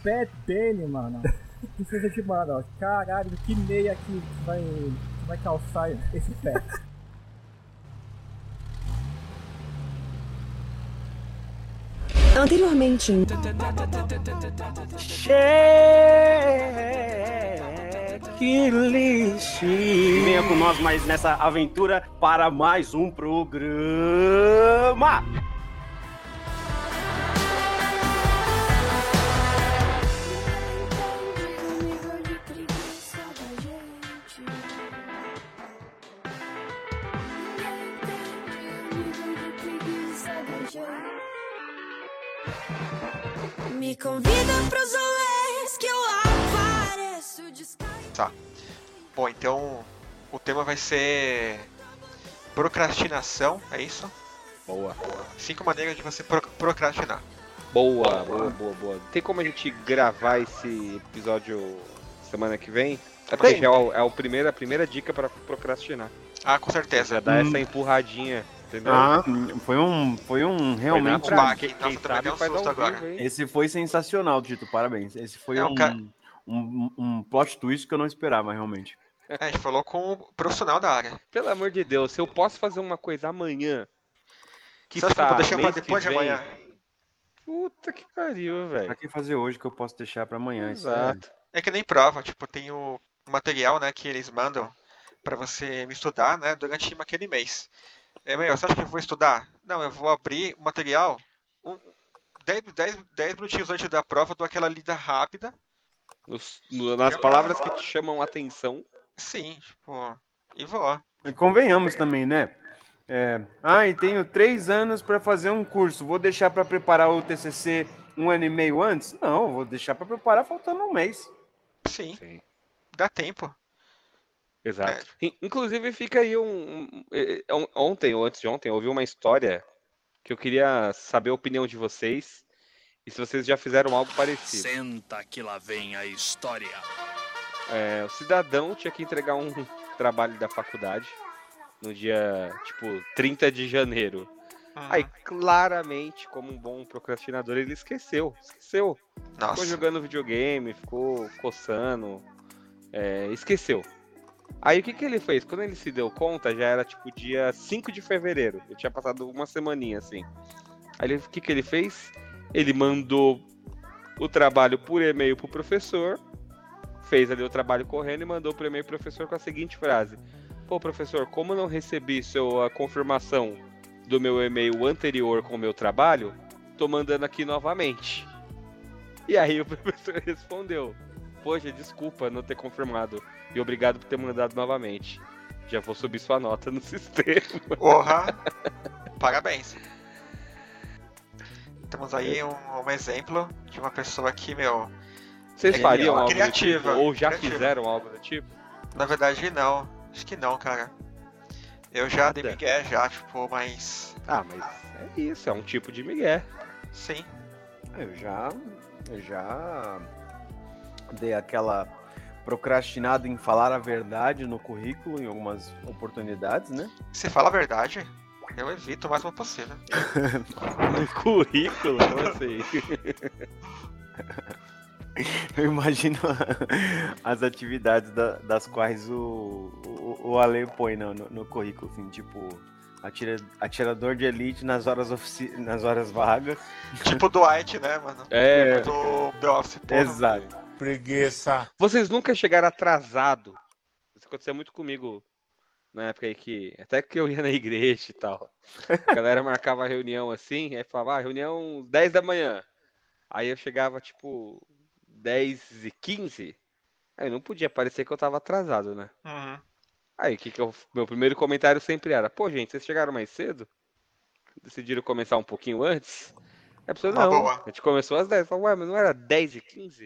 pé dele, mano. Precisa de, mano, ó, caralho, que meia que vai calçar esse pé. Anteriormente. Checklist. Venha com nós mais nessa aventura para mais um programa. Me convida pros rolês que eu apareço descaído. Tá. Bom, então o tema vai ser procrastinação, é isso? Boa. 5 maneiras de você procrastinar. Boa. Tem como a gente gravar esse episódio semana que vem? Até já é a primeira dica pra procrastinar. Ah, com certeza. Já dá essa empurradinha, entendeu? Foi um realmente. Quem quem também deu sabe um faz susto ao agora. vivo, hein? Esse foi sensacional, Tito. Parabéns. Esse foi É, um plot twist que eu não esperava, realmente. a gente falou com o profissional da área. Pelo amor de Deus, se eu posso fazer uma coisa amanhã, que Você acha que eu está vou deixar pra mês depois que de vem, amanhã? Puta que pariu, Pra velho. que fazer hoje que eu posso deixar pra amanhã? Exato. É que nem prova, tipo, tem o material, né, que eles mandam pra você estudar, né, durante aquele mês. Você acha que eu vou estudar? Não, eu vou abrir o material 10 minutinhos antes da prova, dou aquela lida rápida. Nas palavras que te chamam a atenção. Sim, tipo, e vou. E convenhamos também, né? E tenho 3 anos pra fazer um curso. Vou deixar pra preparar o TCC 1 ano e meio antes? Não, vou deixar pra preparar faltando um mês. Sim, dá tempo. Exato. Inclusive fica aí ontem ou antes de ontem, eu ouvi uma história que eu queria saber a opinião de vocês e se vocês já fizeram algo parecido. Senta que lá vem a história. O cidadão tinha que entregar um trabalho da faculdade no dia, 30 de janeiro. Aí, claramente, como um bom procrastinador, ele esqueceu. Ficou Nossa. jogando videogame, ficou coçando, esqueceu. Aí o que ele fez? Quando ele se deu conta, já era dia 5 de fevereiro. Eu tinha passado uma semaninha assim. Aí o que ele fez? Ele mandou o trabalho por e-mail pro professor, fez ali o trabalho correndo e mandou por e-mail pro professor com a seguinte frase: pô, professor, como não recebi a confirmação do meu e-mail anterior com o meu trabalho, tô mandando aqui novamente. E aí o professor respondeu: poxa, desculpa não ter confirmado e obrigado por ter mandado novamente. Já vou subir sua nota no sistema. Porra! Parabéns. Temos aí um exemplo de uma pessoa que, Vocês fariam algo criativa, do tipo? Ou já criativa. fizeram algo do tipo? Na verdade, não. Acho que não, cara. Eu já dei migué, mas... Mas é isso, é um tipo de migué. Sim. Eu já dei aquela procrastinada em falar a verdade no currículo em algumas oportunidades, né? Você fala a verdade, eu evito o máximo possível. No currículo? Como assim? Eu imagino as atividades das quais o Ale põe no currículo, assim, tipo, atirador de elite nas horas vagas. Tipo Dwight, né, mano? Do The Office. Exato. Preguiça. Vocês nunca chegaram atrasado? Isso acontecia muito comigo na época aí até que eu ia na igreja e tal. A galera marcava a reunião assim, aí falava, reunião 10 da manhã. Aí eu chegava 10h15, aí não podia parecer que eu tava atrasado, né? Uhum. Aí meu primeiro comentário sempre era: pô, gente, vocês chegaram mais cedo? Decidiram começar um pouquinho antes? A pessoa, não, boa. a gente começou às 10. Eu falei, ué, mas não era 10h15?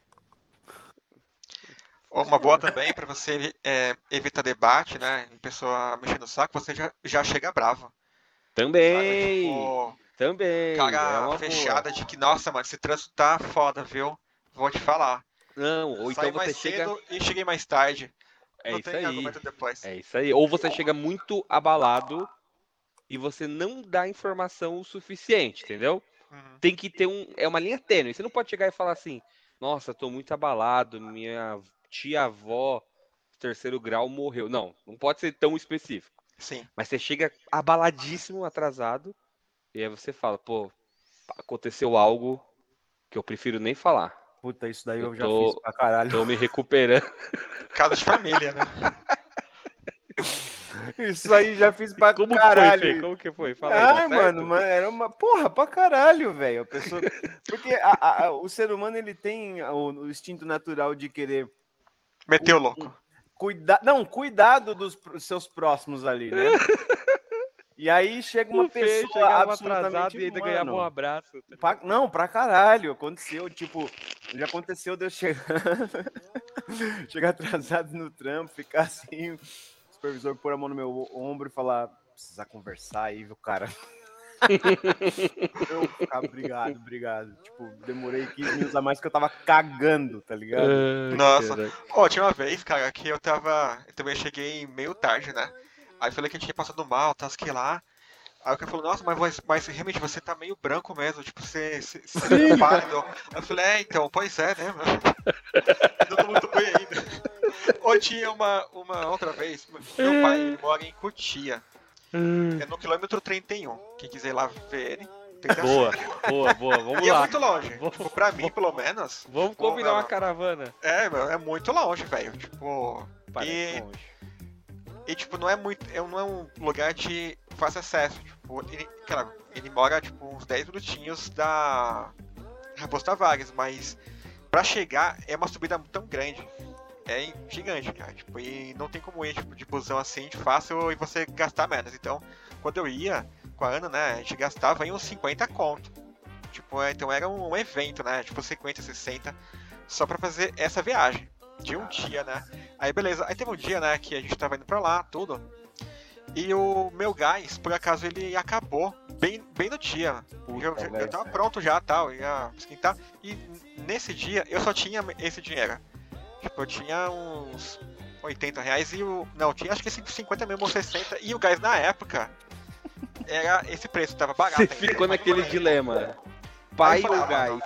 Uma boa também, pra você evitar debate, né? Em pessoa mexendo no saco, você já chega bravo. Também! Sabe? Também! Cara fechada de que, nossa, mano, esse trânsito tá foda, viu? Vou te falar. Não, ou Saí então você mais chega... cedo e cheguei mais tarde. É Não isso tem aí. argumento depois. É isso aí. Ou você chega muito abalado e você não dá informação o suficiente, entendeu? tem que ter é uma linha tênue. Você não pode chegar e falar assim, nossa, tô muito abalado, minha tia-avó, terceiro grau, morreu. Não pode ser tão específico. Sim. Mas você chega abaladíssimo, atrasado, e aí você fala, pô, aconteceu algo que eu prefiro nem falar. Puta, isso daí eu já tô- fiz pra caralho. Tô me recuperando. Casa de família, né? Isso aí já fiz pra Como caralho. que foi, Fê? Como que foi? Fala aí, dá Ai, certo? mano, era uma porra pra caralho, velho. A pessoa... Porque o ser humano, ele tem o instinto natural de querer Meteu o louco. cuidado dos seus próximos ali, né? E aí chega uma O Fê pessoa chegava absolutamente... atrasado e ainda ganhava um abraço. Não, pra caralho, aconteceu, tipo, já aconteceu de eu chegar atrasado no trampo, ficar assim, o supervisor pôr a mão no meu ombro e falar, precisa conversar aí, viu, cara? Eu ficar, obrigado. Tipo, demorei 15 minutos a mais porque eu tava cagando, tá ligado? Nossa. Ó, tinha uma vez, cara, que eu também cheguei meio tarde, né? Aí eu falei que a gente tinha passado mal, tá, que lá. Aí o cara falou, nossa, mas realmente você tá meio branco mesmo, tipo, você é pálido. Aí eu falei, então, pois é, né, mano? Não tô muito bem ainda. Ou tinha uma outra vez, meu pai, ele mora em Cotia. É no quilômetro 31. Quem quiser ir lá ver ele, tem que Boa, vamos E é lá. muito longe. Tipo, pra mim, pelo menos. Vamos combinar uma caravana. É muito longe, velho. Tipo. Parece longe. E tipo, não é um lugar de fácil acesso. Tipo, ele mora tipo uns 10 minutinhos da Raposo Tavares, mas pra chegar é uma subida tão grande. É gigante, cara. Tipo, e não tem como ir tipo, de busão assim de fácil e você gastar menos. Então, quando eu ia com a Ana, né, a gente gastava aí uns 50 conto. Tipo, então era um evento, né? Tipo, 50, 60, só pra fazer essa viagem. De um dia, né? Aí beleza, aí teve um dia, né, que a gente tava indo pra lá, tudo. E o meu gás, por acaso, ele acabou bem no dia. Eu tava pronto já, tal, ia esquentar. E nesse dia, eu só tinha esse dinheiro. Tipo, eu tinha uns 80 reais e não, tinha acho que 50 mesmo, ou 60. E o gás na época, era esse preço, tava barato. Você ficou naquele dilema. Pai ou gás?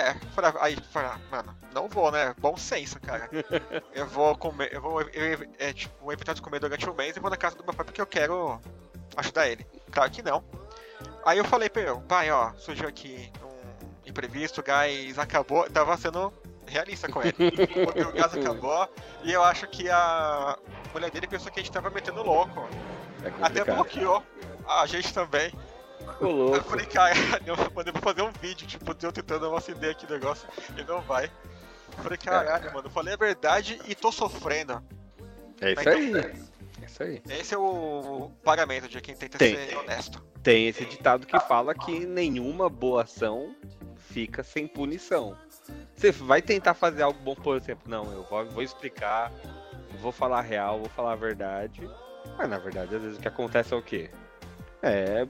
Aí falei, mano, não vou, né? Bom senso, cara. Eu vou comer, tipo, evitar de comer durante o mês e vou na casa do meu pai porque eu quero ajudar ele. Claro que não. Aí eu falei pra ele, pai, ó, surgiu aqui um imprevisto, o gás acabou. Tava sendo realista com ele. Porque o gás acabou e eu acho que a mulher dele pensou que a gente tava metendo louco. Até bloqueou a gente também. Eu falei, cara, eu vou fazer um vídeo, tipo, eu tentando acender aqui o negócio e não vai. Eu falei, caralho, mano, eu falei a verdade e tô sofrendo. É isso aí. É isso aí. Esse é o pagamento de quem tenta ser honesto. Tem esse ditado que fala que nenhuma boa ação fica sem punição. Você vai tentar fazer algo bom, por exemplo, não, eu vou explicar, vou falar a real, vou falar a verdade. Mas na verdade, às vezes o que acontece é o quê? É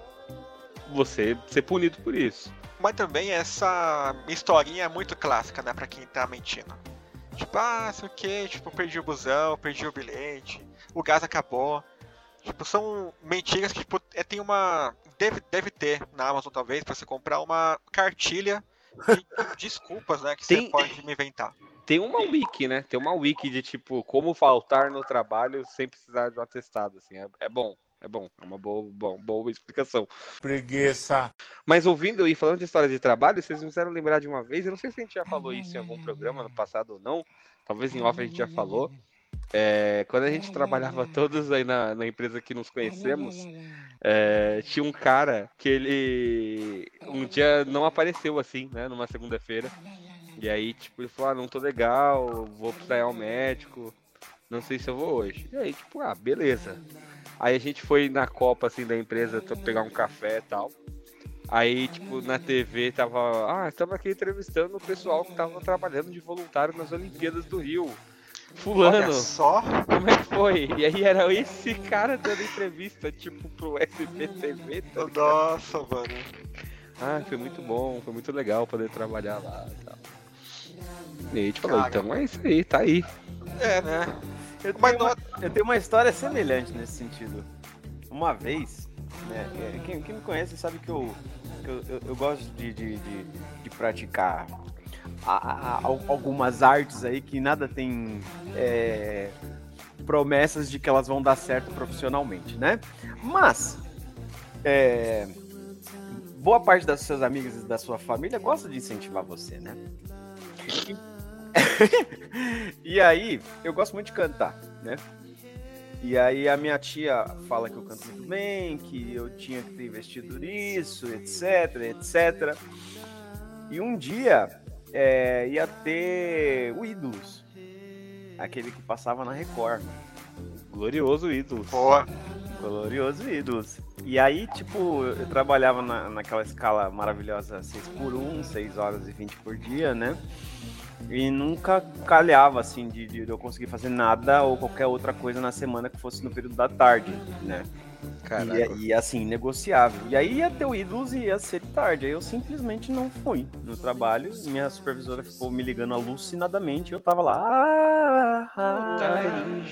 você ser punido por isso. Mas também essa historinha é muito clássica, né, pra quem tá mentindo. Tipo, sei o que, tipo, perdi o busão, perdi o bilhete, o gás acabou. Tipo, são mentiras que, tipo, tem uma... Deve ter na Amazon, talvez, pra você comprar uma cartilha de desculpas, né, que você pode me inventar. Tem uma wiki, né? Tem uma wiki de, tipo, como faltar no trabalho sem precisar de um atestado, assim. É bom. É uma boa explicação. Preguiça. Mas ouvindo e falando de história de trabalho, vocês me fizeram lembrar de uma vez, eu não sei se a gente já falou isso em algum programa no passado ou não, talvez em off a gente já falou, quando a gente trabalhava todos aí na empresa que nos conhecemos, tinha um cara que ele um dia não apareceu assim, né, numa segunda-feira, e aí tipo, ele falou, não tô legal, vou precisar ir ao médico, não sei se eu vou hoje. E aí tipo, beleza. Aí a gente foi na copa, assim, da empresa pegar um café e tal. Aí, tipo, na TV estamos aqui entrevistando o pessoal que tava trabalhando de voluntário nas Olimpíadas do Rio. Fulano. Olha só. Como é que foi? E aí era esse cara dando entrevista, tipo, pro SBTV. Tá ligado? Nossa, mano. Foi muito bom, foi muito legal poder trabalhar lá e tal. E aí a gente falou, então é isso aí, tá aí. É, né? Eu tenho uma história semelhante nesse sentido. Uma vez, né, quem me conhece sabe que eu porque eu gosto de praticar algumas artes aí que nada tem promessas de que elas vão dar certo profissionalmente, né? Mas boa parte das suas amigas e da sua família gosta de incentivar você, né? E aí, eu gosto muito de cantar, né? E aí a minha tia fala que eu canto muito bem, que eu tinha que ter investido nisso, etc, etc. E um dia ia ter o Ídolos, aquele que passava na Record. Glorioso ídolo. Boa. Glorioso Ídolos. E aí, tipo, eu trabalhava naquela escala maravilhosa 6x1, 6 horas e 20 por dia, né? E nunca calhava, assim, de eu conseguir fazer nada ou qualquer outra coisa na semana que fosse no período da tarde, né? Caraca. E assim, negociável. E aí ia ter o Ídolos e ia ser de tarde. Aí eu simplesmente não fui no trabalho. Minha supervisora ficou me ligando alucinadamente. Eu tava lá. Tá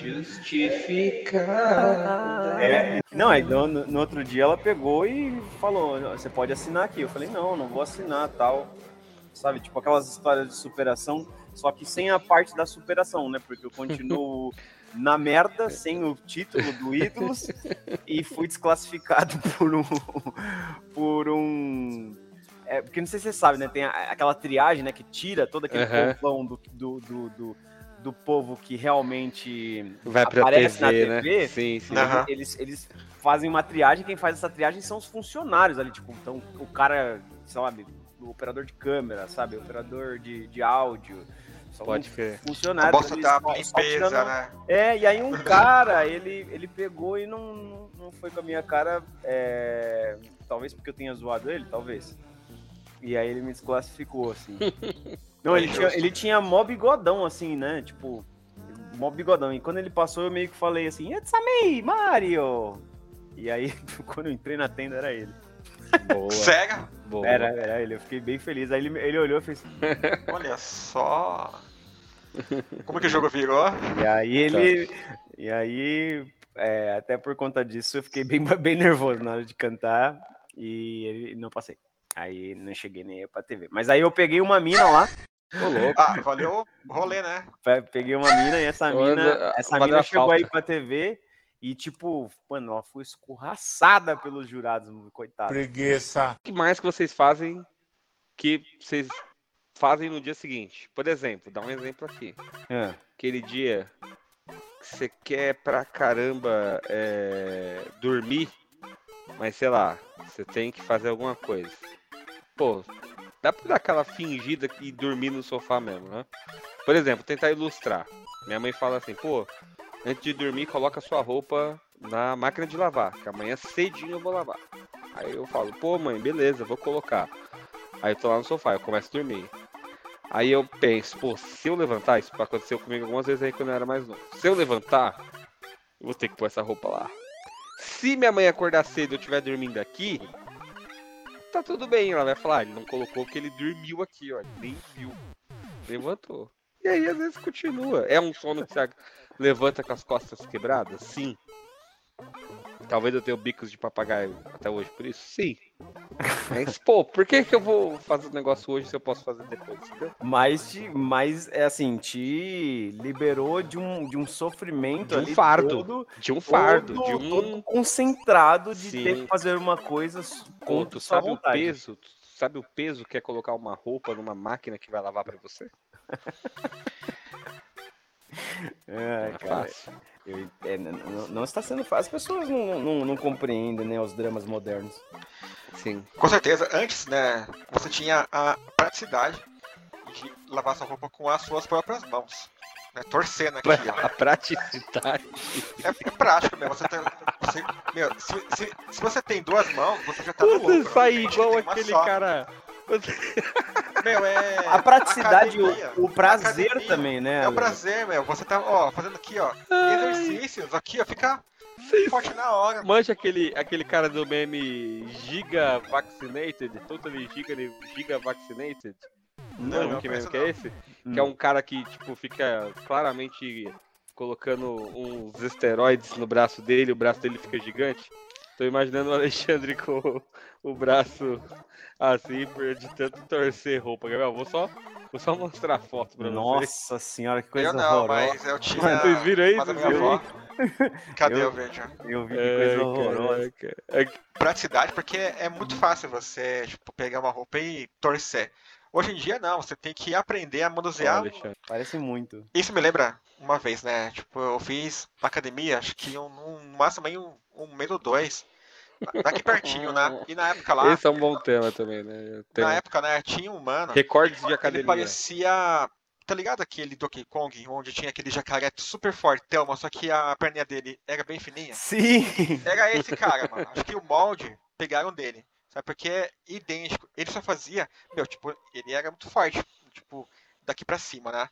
injustificado. Não, aí no outro dia ela pegou e falou: você pode assinar aqui. Eu falei: não vou assinar, tal. Sabe, tipo aquelas histórias de superação, só que sem a parte da superação, né? Porque eu continuo na merda, sem o título do Ídolos, e fui desclassificado por um... porque não sei se você sabe, né? Tem aquela triagem, né? Que tira todo aquele povão do povo que realmente vai pra aparece TV, na TV. né? Sim. Eles fazem uma triagem, quem faz essa triagem são os funcionários ali, tipo, então o cara, sabe, o operador de câmera, sabe, o operador de áudio, são Pode crer. funcionários. A bosta ali, da só limpeza, tirando... né? E aí um cara, ele pegou e não foi com a minha cara, talvez porque eu tenha zoado ele, talvez. E aí ele me desclassificou, assim. Não, ele tinha mó bigodão, assim, né? Tipo, mó bigodão. E quando ele passou, eu meio que falei assim, It's me, Mario! E aí, quando eu entrei na tenda, era ele. Boa. Sério? Boa. Era ele, eu fiquei bem feliz. Aí ele olhou e fez... Olha só. Como que o jogo virou? E aí até por conta disso, eu fiquei bem nervoso na hora de cantar e não passei. Aí não cheguei nem aí pra TV. Mas aí eu peguei uma mina lá. Ô, louco. Ah, valeu o rolê, né? Peguei uma mina e essa mina chegou aí pra TV e, tipo, mano, ela foi escorraçada pelos jurados, coitado. Preguiça. O que mais que vocês fazem que vocês fazem no dia seguinte? Por exemplo, dá um exemplo aqui. Aquele dia que você quer pra caramba dormir, mas sei lá, você tem que fazer alguma coisa. Pô, dá pra dar aquela fingida e dormir no sofá mesmo, né? Por exemplo, tentar ilustrar. Minha mãe fala assim, pô, antes de dormir, coloca sua roupa na máquina de lavar, que amanhã cedinho eu vou lavar. Aí eu falo, pô mãe, beleza, vou colocar. Aí eu tô lá no sofá, eu começo a dormir. Aí eu penso, pô, se eu levantar, isso aconteceu comigo algumas vezes aí quando eu era mais novo. Se eu levantar, eu vou ter que pôr essa roupa lá. Se minha mãe acordar cedo e eu estiver dormindo aqui, tá tudo bem. Ela vai falar, ele não colocou porque ele dormiu aqui, ó, ele nem viu. Levantou. E aí às vezes continua. É um sono que você levanta com as costas quebradas? Sim. Talvez eu tenha bicos de papagaio até hoje por isso? Sim. Mas, pô, por que eu vou fazer o negócio hoje se eu posso fazer depois, entendeu? Mas é assim, te liberou de um sofrimento De um ali fardo. todo concentrado de Sim. ter que fazer uma coisa Pô, contra tu sua sabe vontade. o peso? Sabe o peso que é colocar uma roupa numa máquina que vai lavar pra você? É, É cara, fácil. não está sendo fácil. As pessoas não compreendem, né, os dramas modernos. Sim. Com certeza, antes, né, você tinha a praticidade de lavar sua roupa com as suas próprias mãos. Né, torcendo aqui, ó. A praticidade. É prático mesmo. Se você tem duas mãos, você já tá no Você lucro. sai A gente igual tem uma aquele só. cara. Meu, A praticidade academia. o prazer Academia. também, né? É o Ale? prazer, meu. Você tá, ó, fazendo aqui, ó, exercícios aqui, ó, fica forte na hora. Manja aquele cara do meme Giga Vaccinated, Totally Giga Vaccinated? Não, Que conheço meme que é esse? Que é um cara que, tipo, fica claramente colocando uns esteroides no braço dele, o braço dele fica gigante. Tô imaginando o Alexandre com o braço assim, de tanto torcer roupa. Gabriel, vou só mostrar a foto pra vocês. Nossa senhora, que coisa Eu não, horrorosa. mas eu tinha. Vocês viram aí? Mas a Vocês minha viram avó. Cadê o vídeo? Eu vi que coisa horrorosa. Caraca. Praticidade, porque é muito fácil você tipo, pegar uma roupa e torcer. Hoje em dia não, você tem que aprender a manusear. Alexandre. Parece muito. Isso me lembra uma vez, né? Tipo, eu fiz academia, acho que no máximo aí um mês ou dois. Daqui pertinho, né? E na época lá, Esse é um bom tema também, né? na época, né, tinha um mano, Recordes de ele academia. parecia. Tá ligado aquele Donkey Kong, onde tinha aquele jacaré super fortão, mas só que a perninha dele era bem fininha? Sim! Era esse cara, mano. Acho que o molde pegaram dele. Sabe? Porque é idêntico. Ele só fazia. Meu, tipo, ele era muito forte. Tipo, daqui pra cima, né?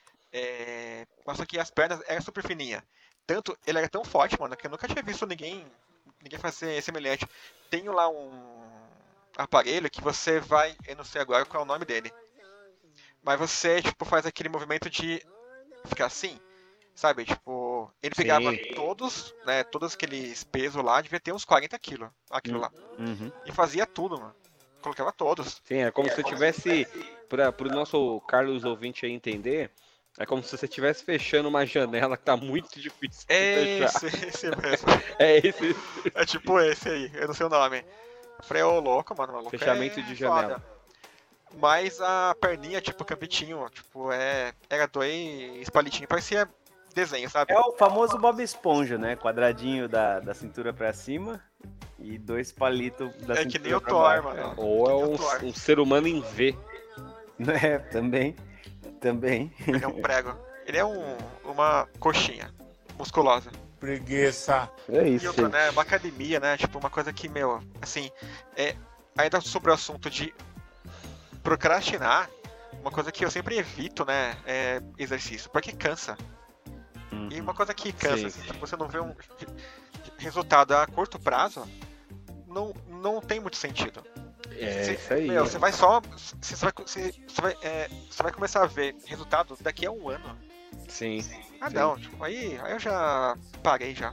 Mas só que as pernas eram super fininhas. Tanto, ele era tão forte, mano, que eu nunca tinha visto ninguém fazer semelhante. Tenho lá um aparelho que você vai. Eu não sei agora qual é o nome dele. Mas você, tipo, faz aquele movimento de ficar assim. Sabe, tipo, ele pegava todos aqueles pesos lá, devia ter uns 40 quilos, aquilo lá. Uhum. E fazia tudo, mano. Colocava todos. Sim, é como se você tivesse, pro nosso Carlos ouvinte aí entender, é como se você estivesse fechando uma janela que tá muito difícil de fechar. Esse mesmo. É esse É tipo esse aí, eu não sei o nome. Falei, ô louco, mano, maluco. fechamento de janela. Foda. Mas a perninha, tipo, cambitinho, tipo, era 2 palitinhos, parecia desenho, sabe? É o famoso Bob Esponja, né? Quadradinho da cintura pra cima e 2 palitos da cintura pra baixo. É que nem o Thor, mano. Ou é o Thor. um ser humano em V. É, também. Ele é um prego. Ele é uma coxinha musculosa. Preguiça. É E isso. outra, né? Uma academia, né? Tipo, uma coisa que, meu, assim, ainda sobre o assunto de procrastinar, uma coisa que eu sempre evito, né? É exercício, porque cansa. E uma coisa que cansa, Sim. assim, tipo, você não vê um resultado a curto prazo, não tem muito sentido. É isso aí. Meu, você vai só. Você vai começar a ver resultado daqui a um ano. Sim. Ah, Sim. não, tipo, aí eu já parei já.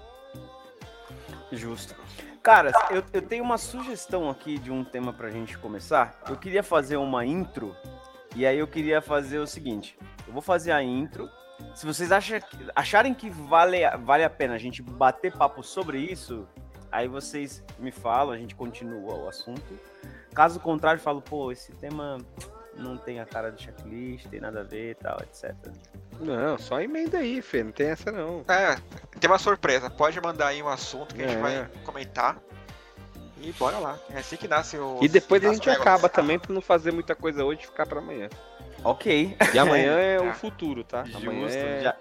Justo. Cara, eu tenho uma sugestão aqui de um tema pra gente começar. Eu queria fazer uma intro, e aí eu queria fazer o seguinte. Eu vou fazer a intro. Se vocês acharem que vale a pena a gente bater papo sobre isso, aí vocês me falam, a gente continua o assunto. Caso contrário, eu falo, pô, esse tema não tem a cara de checklist, tem nada a ver e tal, etc. Não, só emenda aí, Fê. Não tem essa não. Tem uma surpresa. Pode mandar aí um assunto que a gente É. vai comentar. E bora lá. É assim que nasce o. E depois a gente acaba também pra não fazer muita coisa hoje e ficar pra amanhã. Ok. E amanhã é o futuro, tá? Amanhã Justo. é...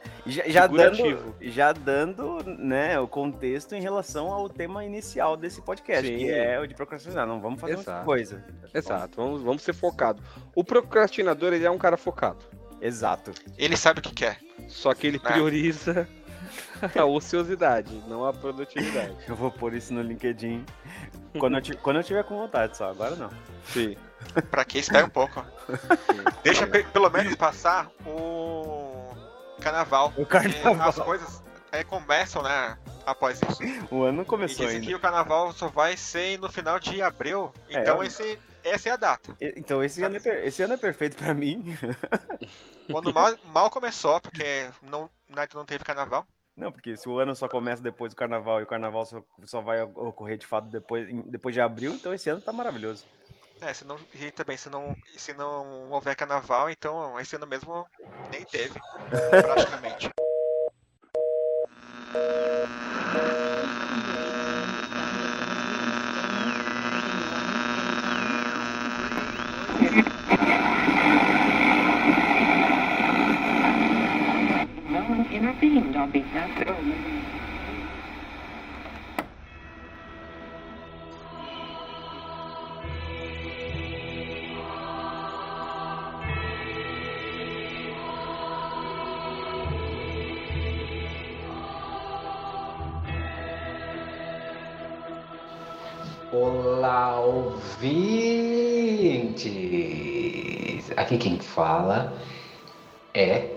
Já dando, né, o contexto em relação ao tema inicial desse podcast, Sim. que é o de procrastinar. Não vamos fazer outra Exato. coisa. Exato, vamos ser focados. O procrastinador, ele é um cara focado. Exato. Ele sabe o que quer. Só que ele prioriza a ociosidade, não a produtividade. Eu vou pôr isso no LinkedIn quando eu tiver com vontade só, agora não. Sim. Pra que espera um pouco. Deixa pelo menos passar o carnaval. O carnaval. Porque as coisas começam, né? Após isso. O ano E começou dizem ainda. que o carnaval só vai ser no final de abril. Então essa é a data. Então esse ano é perfeito pra mim. Quando mal começou, porque não teve carnaval. Não, porque se o ano só começa depois do carnaval e o carnaval só vai ocorrer de fato depois de abril, então esse ano tá maravilhoso. Se não houver carnaval, então esse ano mesmo nem teve, praticamente. Intervened on behalf of... Olá, ouvintes! Aqui quem fala é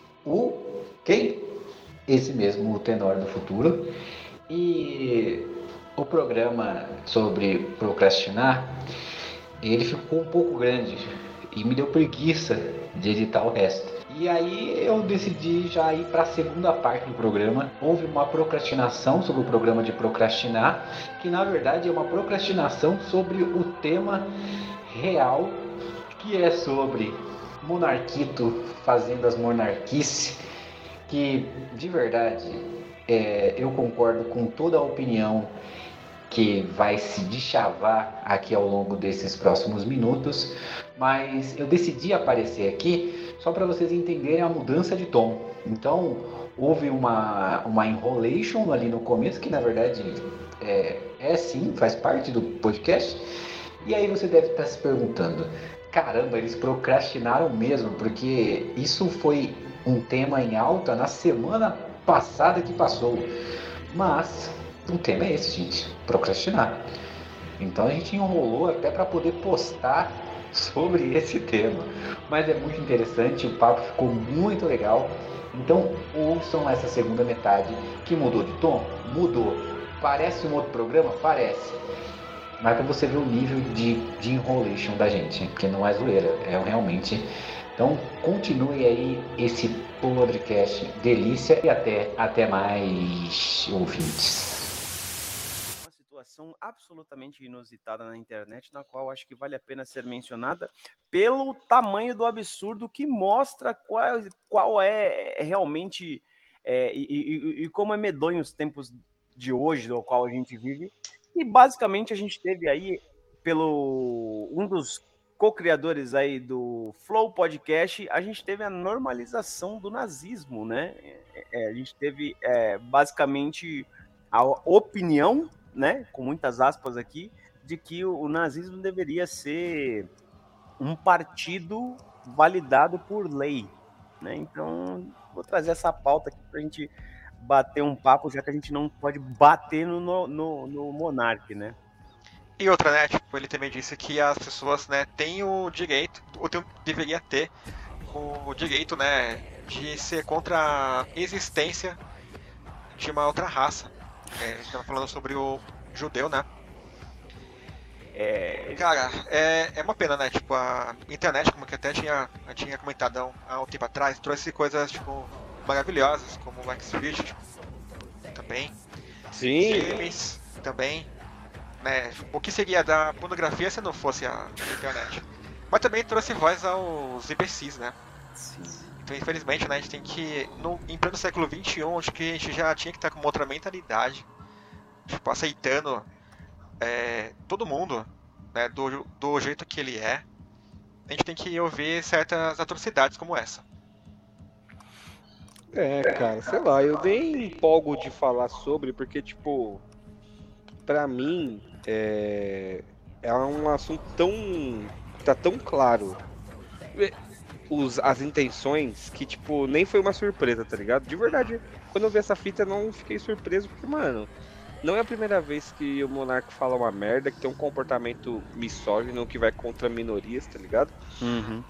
quem? Esse mesmo, o Tenor do Futuro. E o programa sobre procrastinar, ele ficou um pouco grande e me deu preguiça de editar o resto. E aí eu decidi já ir para a segunda parte do programa. Houve uma procrastinação sobre o programa de procrastinar, que na verdade é uma procrastinação sobre o tema real, que é sobre Monarquito fazendo as monarquices, que de verdade eu concordo com toda a opinião que vai se deschavar aqui ao longo desses próximos minutos, mas eu decidi aparecer aqui só para vocês entenderem a mudança de tom. Então, houve uma enrolation ali no começo, que na verdade sim, faz parte do podcast, e aí você deve estar se perguntando, caramba, eles procrastinaram mesmo, porque isso foi um tema em alta na semana passada que passou, mas o tema é esse, gente, procrastinar. Então a gente enrolou até para poder postar sobre esse tema, mas é muito interessante, o papo ficou muito legal. Então ouçam essa segunda metade, que mudou de tom? Mudou. Parece um outro programa? Parece. Mas para você ver o nível de enrolation da gente, porque não é zoeira, é realmente. Então continue aí esse podcast delícia e até mais ouvintes. Situação absolutamente inusitada na internet, na qual acho que vale a pena ser mencionada pelo tamanho do absurdo que mostra qual é realmente e como é medonho os tempos de hoje, do qual a gente vive. E basicamente a gente teve aí um dos co-criadores aí do Flow Podcast, a gente teve a normalização do nazismo, né? A gente teve basicamente a opinião, né, com muitas aspas aqui, de que o nazismo deveria ser um partido validado por lei, né? Então, vou trazer essa pauta aqui para a gente bater um papo, já que a gente não pode bater no monarca, né? E outra, né, tipo, ele também disse que as pessoas, né, têm o direito, ou deveria ter o direito, né, de ser contra a existência de uma outra raça. A gente tava falando sobre o judeu, né? Cara, é uma pena, né? Tipo, a internet, como que até tinha comentado há um tempo atrás, trouxe coisas, tipo, maravilhosas, como o X-Video, tipo, também. Sim. Games, também. Né? O que seria da pornografia se não fosse a internet? Mas também trouxe voz aos imbecis, né? Sim. Então, infelizmente, né, a gente tem que, em pleno século XXI, acho que a gente já tinha que estar com uma outra mentalidade, tipo, aceitando todo mundo, né, do jeito que ele é. A gente tem que ouvir certas atrocidades como essa. Cara, sei lá, eu nem empolgo de falar sobre, porque, tipo, pra mim, é um assunto tá tão claro. As intenções que, tipo, nem foi uma surpresa, tá ligado? De verdade, quando eu vi essa fita, eu não fiquei surpreso, porque, mano, não é a primeira vez que o Monarca fala uma merda, que tem um comportamento misógino que vai contra minorias, tá ligado? Uhum.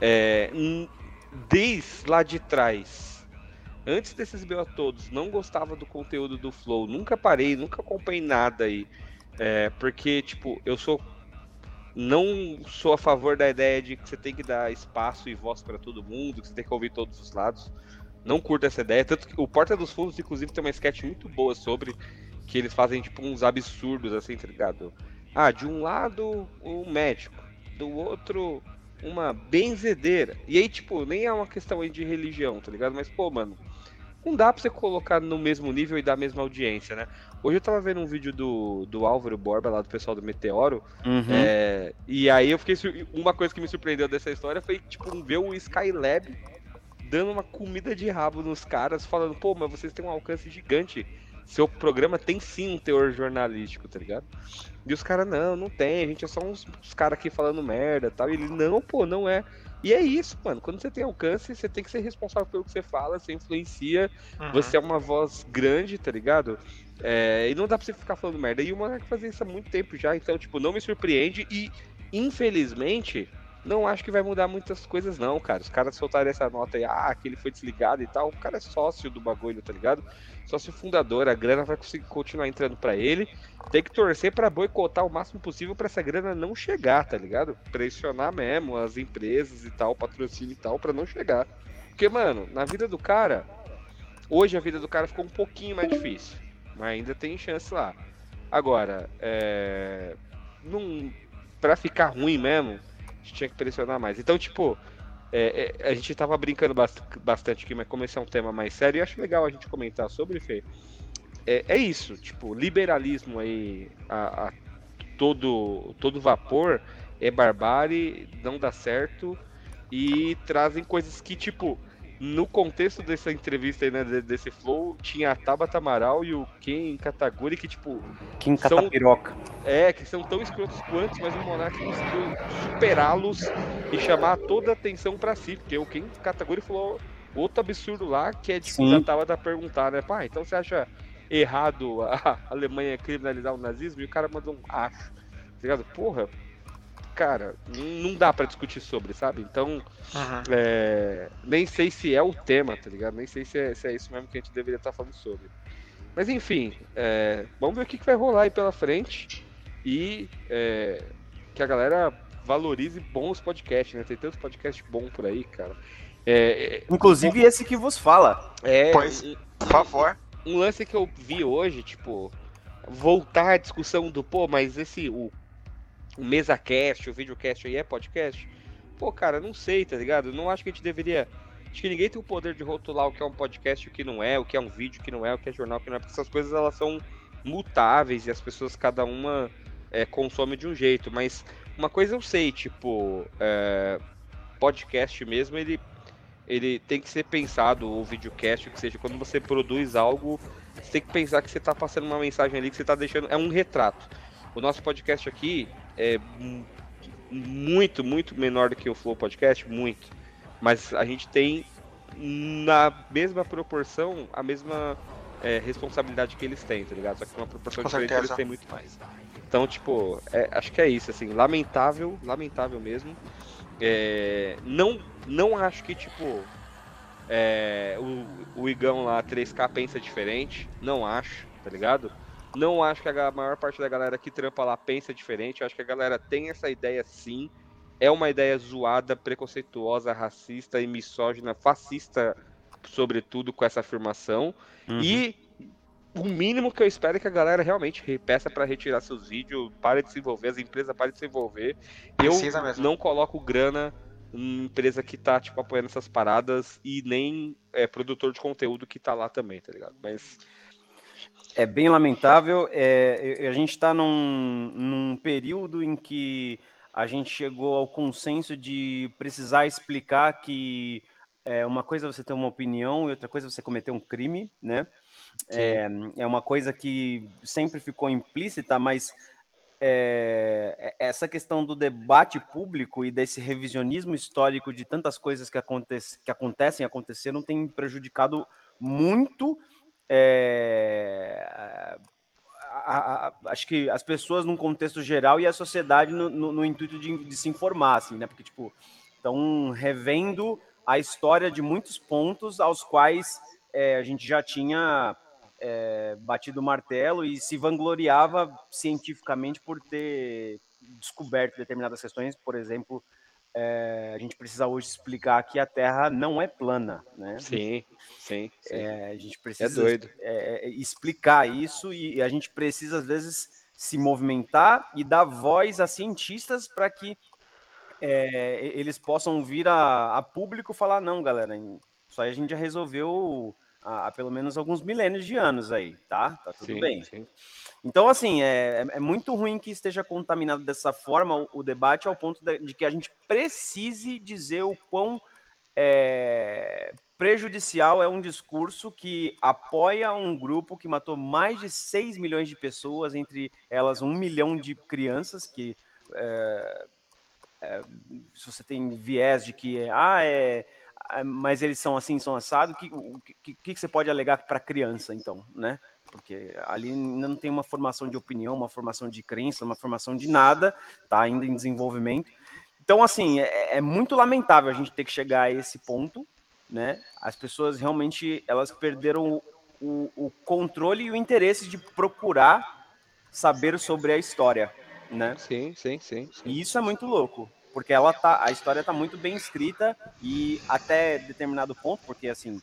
Desde lá de trás, antes desses BO todos, não gostava do conteúdo do Flow, nunca parei, nunca acompanhei nada aí, porque, tipo, não sou a favor da ideia de que você tem que dar espaço e voz pra todo mundo, que você tem que ouvir todos os lados. Não curto essa ideia. Tanto que o Porta dos Fundos, inclusive, tem uma sketch muito boa sobre que eles fazem, tipo, uns absurdos, assim, tá ligado? De um lado, um médico. Do outro, uma benzedeira. E aí, tipo, nem é uma questão aí de religião, tá ligado? Mas, pô, mano, não dá pra você colocar no mesmo nível e dar a mesma audiência, né? Hoje eu tava vendo um vídeo do Álvaro Borba, lá do pessoal do Meteoro, e aí eu fiquei... Uma coisa que me surpreendeu dessa história foi, tipo, ver o Skylab dando uma comida de rabo nos caras, falando, pô, mas vocês têm um alcance gigante, seu programa tem sim um teor jornalístico, tá ligado? E os caras, não tem, a gente é só uns caras aqui falando merda e tal, e ele, não, pô, não é... E é isso, mano. Quando você tem alcance, você tem que ser responsável pelo que você fala, você influencia, você é uma voz grande, tá ligado? E não dá pra você ficar falando merda. E o Monark fazia isso há muito tempo já, então, tipo, não me surpreende. E, infelizmente, não acho que vai mudar muitas coisas, não, cara. Os caras soltaram essa nota aí, que ele foi desligado e tal. O cara é sócio do bagulho, tá ligado? Sócio fundador, a grana vai conseguir continuar entrando pra ele. Tem que torcer pra boicotar o máximo possível pra essa grana não chegar, tá ligado? Pressionar mesmo as empresas e tal, patrocínio e tal, pra não chegar. Porque, mano, na vida do cara, hoje a vida do cara ficou um pouquinho mais difícil. Mas ainda tem chance lá. Agora, pra ficar ruim mesmo, a gente tinha que pressionar mais. Então, tipo, a gente tava brincando bastante aqui, mas como esse é um tema mais sério, eu acho legal a gente comentar sobre, Fê. É isso, tipo, liberalismo aí a todo vapor é barbárie, não dá certo e trazem coisas que, tipo, no contexto dessa entrevista aí, né, desse Flow, tinha a Tabata Amaral e o Ken Kataguri que, tipo, Kim Catapiroca. que são tão escrotos quanto, mas o Monark conseguiu superá-los e chamar toda a atenção pra si, porque o Ken Kataguri falou outro absurdo lá, que é tipo, Sim. da Tabata perguntar, né, pá, então você acha errado a Alemanha criminalizar o nazismo? E o cara mandou um acho, tá ligado? Porra, cara, não dá pra discutir sobre, sabe? Então, nem sei se é o tema, tá ligado? Nem sei se é isso mesmo que a gente deveria estar falando sobre. Mas enfim, vamos ver o que vai rolar aí pela frente e que a galera valorize bons podcasts, né? Tem tanto podcast bom por aí, cara. Inclusive esse que vos fala. Pois, por favor. Um lance que eu vi hoje, tipo, voltar à discussão do, mas o MesaCast, o videocast aí é podcast? Pô, cara, não sei, tá ligado? Não acho que a gente deveria... Acho que ninguém tem o poder de rotular o que é um podcast e o que não é, o que é um vídeo que não é, o que é jornal que não é, porque essas coisas elas são mutáveis e as pessoas, cada uma consome de um jeito, mas uma coisa eu sei, tipo, podcast mesmo, ele tem que ser pensado, ou videocast, o que seja, quando você produz algo, você tem que pensar que você tá passando uma mensagem ali, que você tá deixando, é um retrato. O nosso podcast aqui é muito, muito menor do que o Flow Podcast, muito. Mas a gente tem, na mesma proporção, a mesma responsabilidade que eles têm, tá ligado? Só que uma proporção Com diferente, certeza. eles têm muito mais. Então, tipo, acho que é isso, assim, lamentável mesmo. Não acho que, tipo, o Igão lá, 3K, pensa diferente. Não acho, tá ligado? Não acho que a maior parte da galera que trampa lá pensa diferente. Eu acho que a galera tem essa ideia sim. É uma ideia zoada, preconceituosa, racista e misógina, fascista, sobretudo, com essa afirmação. E o mínimo que eu espero é que a galera realmente peça para retirar seus vídeos, pare de se envolver, as empresas parem de se envolver. Precisa Eu mesmo. não coloco grana em empresa que tá, tipo, apoiando essas paradas e nem produtor de conteúdo que tá lá também, tá ligado? Mas... É bem lamentável. A gente está num período em que a gente chegou ao consenso de precisar explicar que uma coisa é você ter uma opinião e outra coisa é você cometer um crime, né? É uma coisa que sempre ficou implícita, mas essa questão do debate público e desse revisionismo histórico de tantas coisas que aconteceram tem prejudicado muito acho que as pessoas num contexto geral e a sociedade no intuito de se informar, assim, né? Porque, tipo, estão revendo a história de muitos pontos aos quais a gente já tinha batido o martelo e se vangloriava cientificamente por ter descoberto determinadas questões. Por exemplo, a gente precisa hoje explicar que a Terra não é plana, né? Sim. A gente precisa doido. explicar isso e a gente precisa, às vezes, se movimentar e dar voz a cientistas para que eles possam vir a público falar, não, galera, isso aí a gente já resolveu há pelo menos alguns milênios de anos aí, tá? Tá tudo bem. Sim. Então, assim, é muito ruim que esteja contaminado dessa forma o debate ao ponto de que a gente precise dizer o quão prejudicial é um discurso que apoia um grupo que matou mais de 6 milhões de pessoas, entre elas 1 milhão de crianças, que se você tem viés de que mas eles são assim, são assado, o que você pode alegar para criança, então, né? Porque ali ainda não tem uma formação de opinião, uma formação de crença, uma formação de nada, tá ainda em desenvolvimento. Então, assim, é muito lamentável a gente ter que chegar a esse ponto, né? As pessoas realmente, elas perderam o controle e o interesse de procurar saber sobre a história, né? Sim. E isso é muito louco, porque a história tá muito bem escrita e até determinado ponto, porque, assim,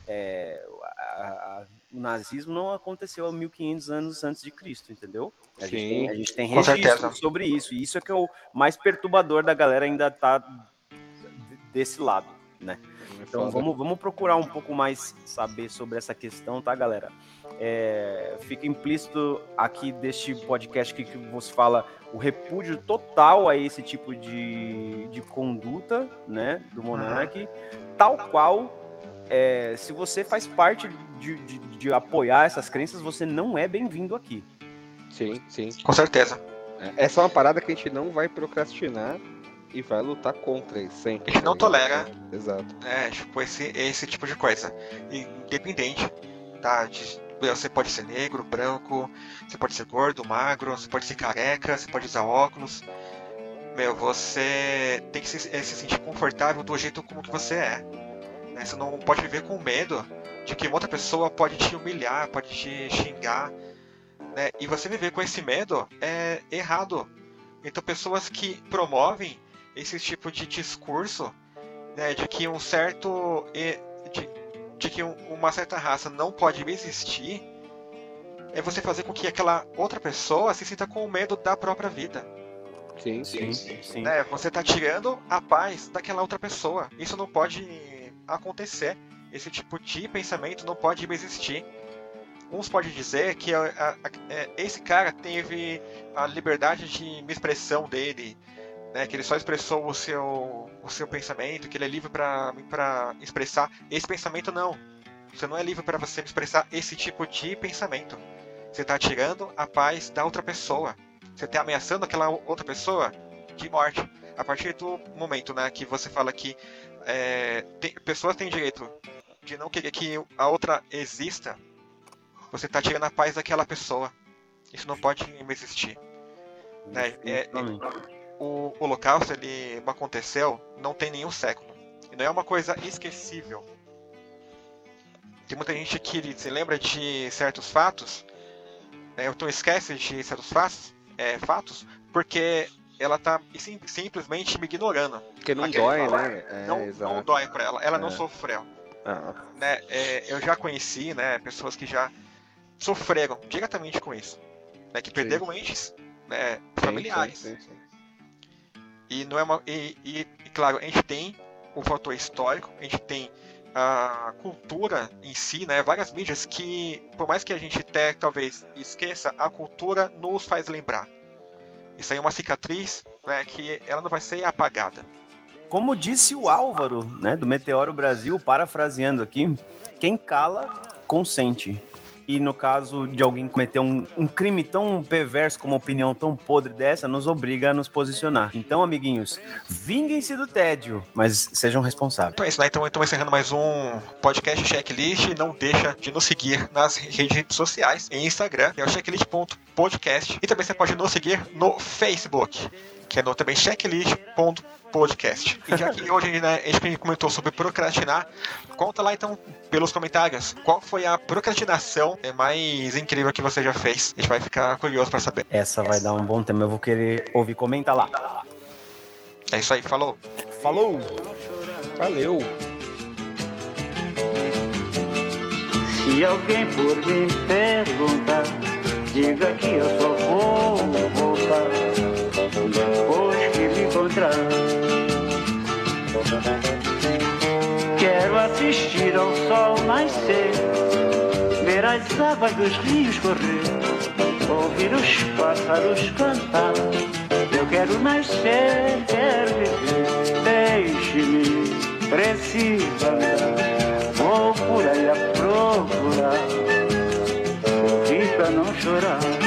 o nazismo não aconteceu há 1500 anos antes de Cristo, entendeu? A gente tem registro sobre isso, e isso é que é o mais perturbador da galera ainda tá desse lado, né? Então vamos procurar um pouco mais saber sobre essa questão, tá, galera? Fica implícito aqui deste podcast que você fala o repúdio total a esse tipo de conduta, né, do Monark, tal qual se você faz parte de apoiar essas crenças, você não é bem-vindo aqui. Sim. Com certeza. Essa é uma parada que a gente não vai procrastinar e vai lutar contra isso sempre. A gente não tolera. Exato. Tipo, esse tipo de coisa. Independente, tá? Você pode ser negro, branco, você pode ser gordo, magro, você pode ser careca, você pode usar óculos. Você tem que se sentir confortável do jeito como que você é. Né? Você não pode viver com medo de que outra pessoa pode te humilhar, pode te xingar. Né? E você viver com esse medo é errado. Então pessoas que promovem esse tipo de discurso, né, de que de que uma certa raça não pode existir, é você fazer com que aquela outra pessoa se sinta com medo da própria vida. Sim. Né? Você está tirando a paz daquela outra pessoa. Isso não pode acontecer. Esse tipo de pensamento não pode existir. Uns podem dizer que esse cara teve a liberdade de expressão dele, né, que ele só expressou o seu pensamento, que ele é livre para expressar esse pensamento. Não. Você não é livre para você expressar esse tipo de pensamento. Você está tirando a paz da outra pessoa. Você está ameaçando aquela outra pessoa de morte. A partir do momento, né, que você fala que pessoas têm direito de não querer que a outra exista, você está tirando a paz daquela pessoa. Isso não pode existir. Né? O Holocausto, ele aconteceu não tem nenhum século. E não é uma coisa esquecível. Tem muita gente que se lembra de certos fatos, né? Então esquece de certos fatos, porque ela está simplesmente me ignorando. Porque não dói, né? Não dói para ela. Ela não sofreu. Né? Eu já conheci, né, pessoas que já sofreram diretamente com isso, né, que perderam entes, né, familiares. Sim. E não é e claro, a gente tem o fator histórico, a gente tem a cultura em si, né, várias mídias que, por mais que a gente até talvez esqueça, a cultura nos faz lembrar. Isso aí é uma cicatriz, né, que ela não vai ser apagada. Como disse o Álvaro, né, do Meteoro Brasil, parafraseando aqui, quem cala, consente. E no caso de alguém cometer um crime tão perverso com uma opinião tão podre dessa, nos obriga a nos posicionar. Então, amiguinhos, vinguem-se do tédio, mas sejam responsáveis. Então é isso, né? Então estamos encerrando mais um podcast Checklist. Não deixa de nos seguir nas redes sociais, em Instagram, que é o checklist.podcast. E também você pode nos seguir no Facebook, que é também checklist.podcast. E já que hoje, né, a gente comentou sobre procrastinar, conta lá então pelos comentários qual foi a procrastinação mais incrível que você já fez. A gente vai ficar curioso pra saber. Essa vai dar um bom tema, eu vou querer ouvir. Comenta lá. É isso aí, falou. Falou. Valeu. Se alguém por me perguntar, diga que eu só vou voltar depois que me encontrar. Quero assistir ao sol nascer, ver as águas dos rios correr, ouvir os pássaros cantar. Eu quero nascer, quero viver, deixe-me, preciso andar. Vou por aí a procurar, eu vim pra não chorar.